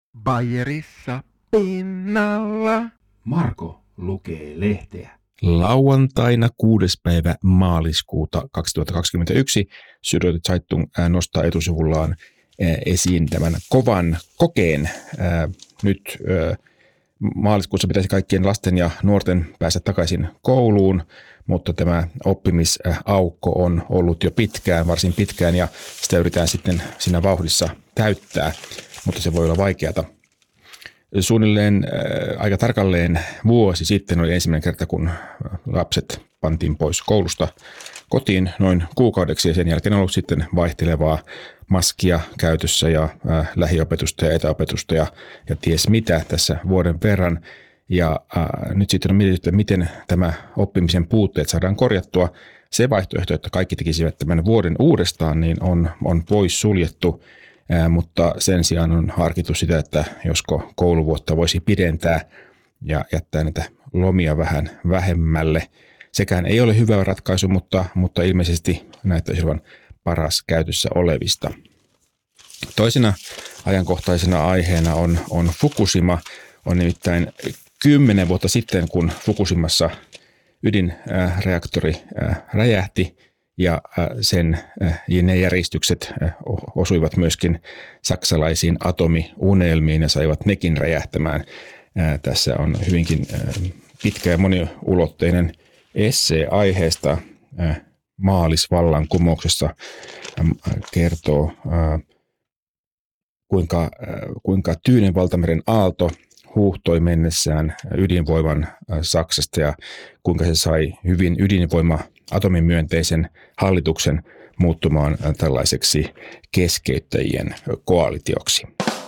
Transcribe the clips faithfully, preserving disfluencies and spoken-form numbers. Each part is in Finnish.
Bayerissa pinnalla. Marko lukee lehteä. Lauantaina kuudes päivä maaliskuuta kaksituhattakaksikymmentäyksi Süddeutsche Zeitung nostaa etusivullaan esiin tämän kovan kokeen. Nyt maaliskuussa pitäisi kaikkien lasten ja nuorten päästä takaisin kouluun, mutta tämä oppimisaukko on ollut jo pitkään, varsin pitkään, ja sitä yritetään sitten siinä vauhdissa täyttää, mutta se voi olla vaikeata. Suunnilleen äh, aika tarkalleen vuosi sitten oli ensimmäinen kerta, kun lapset pantiin pois koulusta kotiin noin kuukaudeksi, ja sen jälkeen on ollut sitten vaihtelevaa maskia käytössä ja äh, lähiopetusta ja etäopetusta ja, ja ties mitä tässä vuoden verran. Ja äh, nyt sitten on mietitty, miten tämä oppimisen puutteet saadaan korjattua. Se vaihtoehto, että kaikki tekisivät tämän vuoden uudestaan, niin on, on pois suljettu. Ää, mutta sen sijaan on harkittu sitä, että josko kouluvuotta voisi pidentää ja jättää näitä lomia vähän vähemmälle. Sekään ei ole hyvä ratkaisu, mutta, mutta ilmeisesti näyttäisi olevan paras käytössä olevista. Toisena ajankohtaisena aiheena on, on Fukushima. On nimittäin kymmenen vuotta sitten, kun Fukushimassa ydinreaktori räjähti, ja sen, ne järistykset osuivat myöskin saksalaisiin atomiunelmiin ja saivat nekin räjähtämään. Tässä on hyvinkin pitkä ja moniulotteinen essee aiheesta. Maalisvallankumouksessa kertoo, kuinka, kuinka Tyynen valtameren aalto huuhtoi mennessään ydinvoiman Saksasta ja kuinka se sai hyvin ydinvoima atomimyönteisen hallituksen muuttumaan tällaiseksi keskeyttäjien koalitioksi.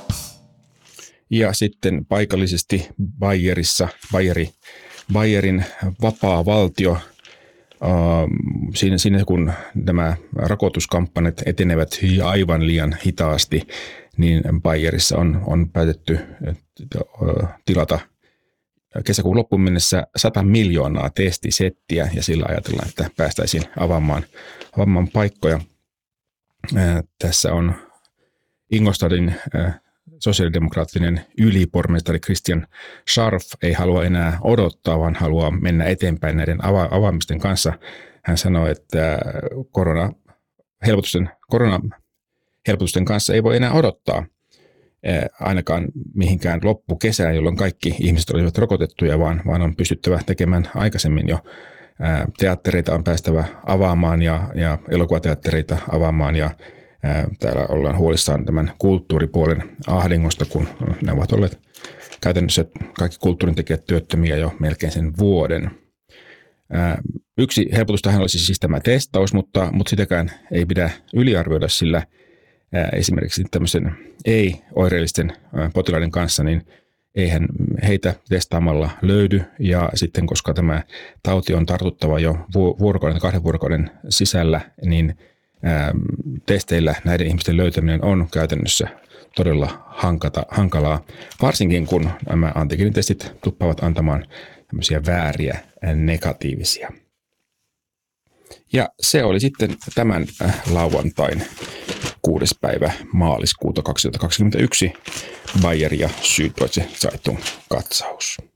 Ja sitten paikallisesti Bayerissa, Bayeri, Bayerin vapaa valtio, siinä, siinä kun nämä rokotuskampanjat etenevät aivan liian hitaasti, niin Bayerissa on, on päätetty tilata kesäkuun loppuun mennessä sata miljoonaa testisettiä, ja sillä ajatellaan, että päästäisiin avaamaan, avaamaan paikkoja. Ää, tässä on Ingolstadtin ää, sosiaalidemokraattinen ylipormestari Christian Scharf ei halua enää odottaa, vaan haluaa mennä eteenpäin näiden ava- avaamisten kanssa. Hän sanoi, että korona helpotusten, koronahelpotusten kanssa ei voi enää odottaa ainakaan mihinkään loppukesään, jolloin kaikki ihmiset olivat rokotettuja, vaan, vaan on pystyttävä tekemään aikaisemmin jo. Teattereita on päästävä avaamaan ja, ja elokuvateattereita avaamaan, ja ää, täällä ollaan huolissaan tämän kulttuuripuolen ahdingosta, kun ne ovat olleet käytännössä kaikki kulttuurintekijät työttömiä jo melkein sen vuoden. Ää, yksi helpotus tähän olisi siis tämä testaus, mutta, mutta sitäkään ei pidä yliarvioida, sillä esimerkiksi tämmöisen ei-oireellisten potilaiden kanssa, niin eihän heitä testaamalla löydy, ja sitten koska tämä tauti on tartuttava jo vuorokauden, kahden vuorokauden sisällä, niin ää, testeillä näiden ihmisten löytäminen on käytännössä todella hankata, hankalaa, varsinkin kun nämä antigeenitestit tuppaavat antamaan tämmöisiä vääriä negatiivisia. Ja se oli sitten tämän lauantain kuudes päivä maaliskuuta kaksituhattakaksikymmentäyksi Bayer ja Süddeutsche Zeitung katsaus.